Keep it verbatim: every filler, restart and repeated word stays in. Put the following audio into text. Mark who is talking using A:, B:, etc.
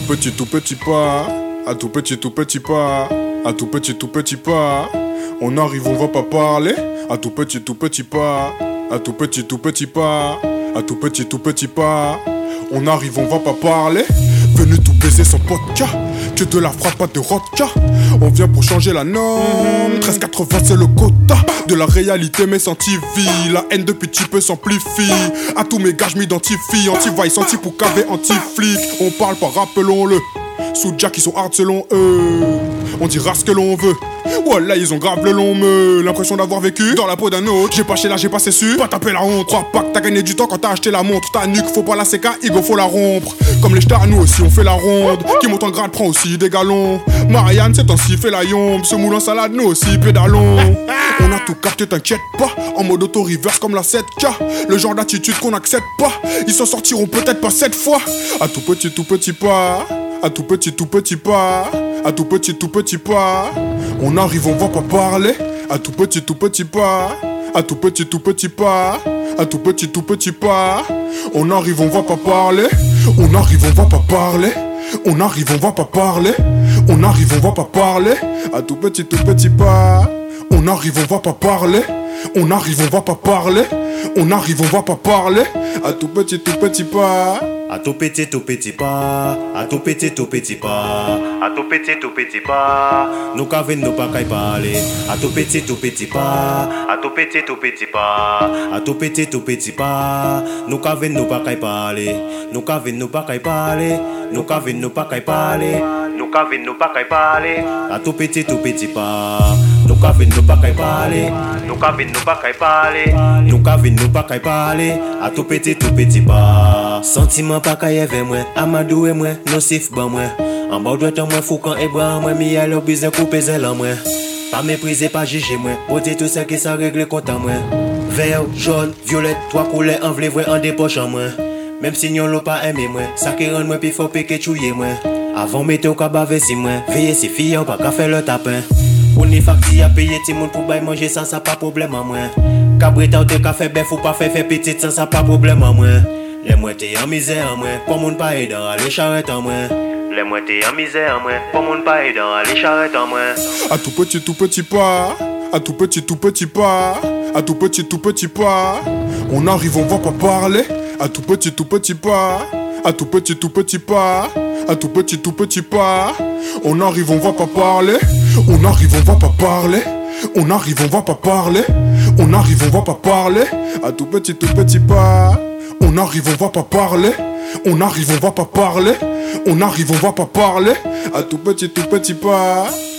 A: tout petit, tout petit pas, à tout petit, tout petit pas, à tout petit, tout petit pas. On arrive, on va pas parler, à tout petit, tout petit pas, à tout petit, tout petit pas, à tout petit, tout petit pas. On arrive, on va pas parler, venu tout baiser sans vodka, que de la frappe, pas de vodka. On vient pour changer la norme, treize quatre-vingts c'est le quota de la réalité mais sans T V. La haine depuis petit peu s'amplifie, à tous mes gars je m'identifie, anti-vice, anti-poucavé, anti-flic. On parle pas, rappelons-le, sous Jack ils sont hard selon eux. On dira ce que l'on veut, voilà ils ont grave le long me. L'impression d'avoir vécu dans la peau d'un autre. J'ai pas chez là, j'ai pas su, pas taper la honte. Crois pas que t'as gagné du temps quand t'as acheté la montre. Ta nuque faut pas la séca, Igo faut la rompre. Comme les stars nous aussi on fait la ronde. Qui monte en grade prend aussi des galons. Marianne c'est ainsi fait la yombe. Ce moule en salade nous aussi pédalons. On a tout capté t'inquiète pas, en mode auto-reverse comme la sept K. Le genre d'attitude qu'on accepte pas. Ils s'en sortiront peut-être pas cette fois. À tout petit tout petit pas, à tout petit tout petit pas, à tout petit tout petit pas. On arrive, on va pas parler, à tout petit tout petit pas, à tout petit tout petit pas, à tout petit tout petit pas. On arrive, on va pas parler, on arrive, on va pas parler, on arrive, on va pas parler, on arrive, on va pas parler, à tout petit tout petit pas. On arrive, on va pas parler, on arrive, on va pas parler, on arrive, on va pas parler, à tout petit tout petit pas.
B: À tout petit tout petit pas, à tout petit tout petit pas, à tout petit tout petit pas. Nous qu'avons nous pas qu'à parler. À tout petit tout petit pas, à tout petit tout petit pas, à tout petit tout petit pas. Nous qu'avons nous pas qu'à parler. Nous qu'avons nous pas qu'à parler. Nous qu'avons nous pas qu'à parler. Nous qu'avons nous pas qu'à parler. À tout petit tout petit pas. Nous qu'avons nous pas qu'à parler. Nous qu'avons nous pas qu'à parler. Nous qu'avons nous pas qu'à parler. À tout petit tout petit pas. Sentiment pas qu'à y avoir moi, Amadou et moi, nocif ban moi. En bas droit en moi, foucan et bras moi, mi à leur besoin couper zèle en moi. Pas mépriser, pas juger moi, beauté tout ça qui ça règle content moi. Vert, jaune, violette, trois couleurs en vrai vrai en dépoche en moi. Même si y'en l'ont pas aimé moi, ça qui rend moi puis faut piquer chouiller moi. Avant mettez au cabave si moi, veillez si filles pas qu'à faire le tapin. On est facti à payer ti moun pour bailler manger sans ça pas problème en moi. Cabrita ou te café bœuf ou pas faire faire petite sans ça pas problème en moi. Les moi t'es en misère en moi, pour moun pas aidant aller charrette en moi. Les moi t'es en misère en moi, pour moun pas aidant aller charrette en moi.
A: À tout petit tout petit pas, à tout petit tout petit pas, à tout petit tout petit pas. On arrive, on va pas parler, à tout petit tout petit pas, à tout petit tout petit pas, à tout petit tout petit pas. On arrive, on va pas parler, on arrive, on va pas parler, on arrive, on va pas parler, on arrive, on va pas parler, à tout petit tout petit pas. On arrive, on va pas parler, on arrive, on va pas parler, on arrive, on va pas parler, à tout petit tout petit pas.